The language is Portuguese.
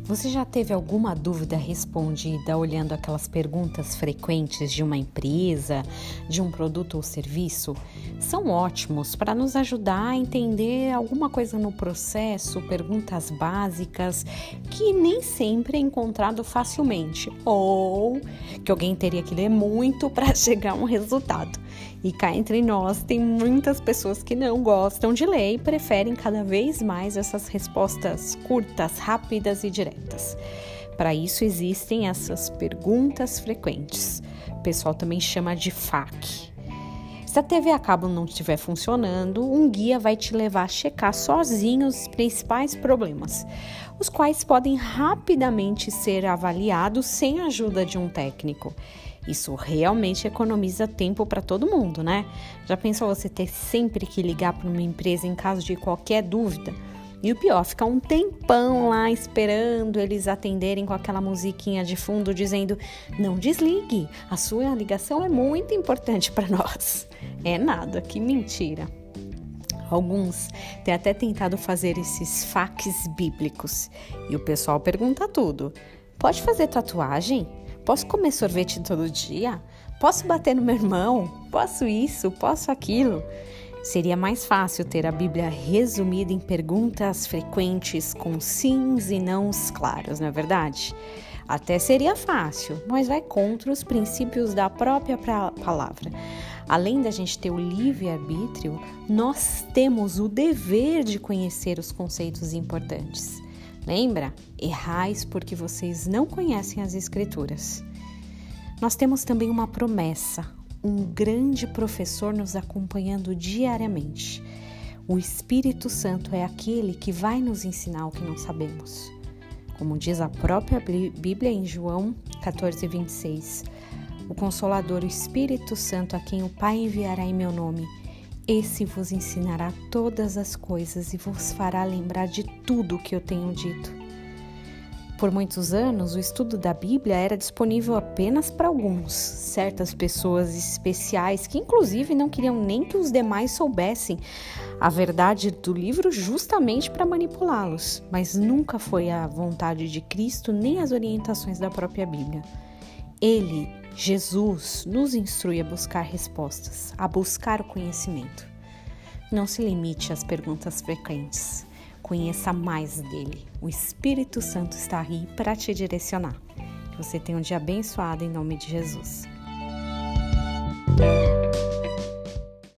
Você já teve alguma dúvida respondida olhando aquelas perguntas frequentes de uma empresa, de um produto ou serviço? São ótimos para nos ajudar a entender alguma coisa no processo, perguntas básicas que nem sempre é encontrado facilmente ou que alguém teria que ler muito para chegar a um resultado. E cá entre nós, tem muitas pessoas que não gostam de ler e preferem cada vez mais essas respostas curtas, rápidas e diretas. Para isso existem essas perguntas frequentes. O pessoal também chama de FAQ. Se a TV a cabo não estiver funcionando, um guia vai te levar a checar sozinho os principais problemas, os quais podem rapidamente ser avaliados sem a ajuda de um técnico. Isso realmente economiza tempo para todo mundo, né? Já pensou você ter sempre que ligar para uma empresa em caso de qualquer dúvida? E o pior, ficar um tempão lá esperando eles atenderem com aquela musiquinha de fundo dizendo: não desligue, a sua ligação é muito importante para nós. É nada, que mentira. Alguns têm até tentado fazer esses FAQs bíblicos. E o pessoal pergunta tudo. Pode fazer tatuagem? Posso comer sorvete todo dia? Posso bater no meu irmão? Posso isso? Posso aquilo? Seria mais fácil ter a Bíblia resumida em perguntas frequentes com sims e nãos claros, não é verdade? Até seria fácil, mas vai contra os princípios da própria palavra. Além da gente ter o livre-arbítrio, nós temos o dever de conhecer os conceitos importantes. Lembra? Errais porque vocês não conhecem as Escrituras. Nós temos também uma promessa, um grande professor nos acompanhando diariamente. O Espírito Santo é aquele que vai nos ensinar o que não sabemos. Como diz a própria Bíblia em João 14:26, o Consolador, o Espírito Santo, a quem o Pai enviará em meu nome, esse vos ensinará todas as coisas e vos fará lembrar de tudo o que eu tenho dito. Por muitos anos, o estudo da Bíblia era disponível apenas para alguns, certas pessoas especiais que inclusive não queriam nem que os demais soubessem a verdade do livro justamente para manipulá-los, mas nunca foi a vontade de Cristo nem as orientações da própria Bíblia. Ele, Jesus, nos instrui a buscar respostas, a buscar o conhecimento. Não se limite às perguntas frequentes. Conheça mais dele. O Espírito Santo está aí para te direcionar. Que você tenha um dia abençoado em nome de Jesus.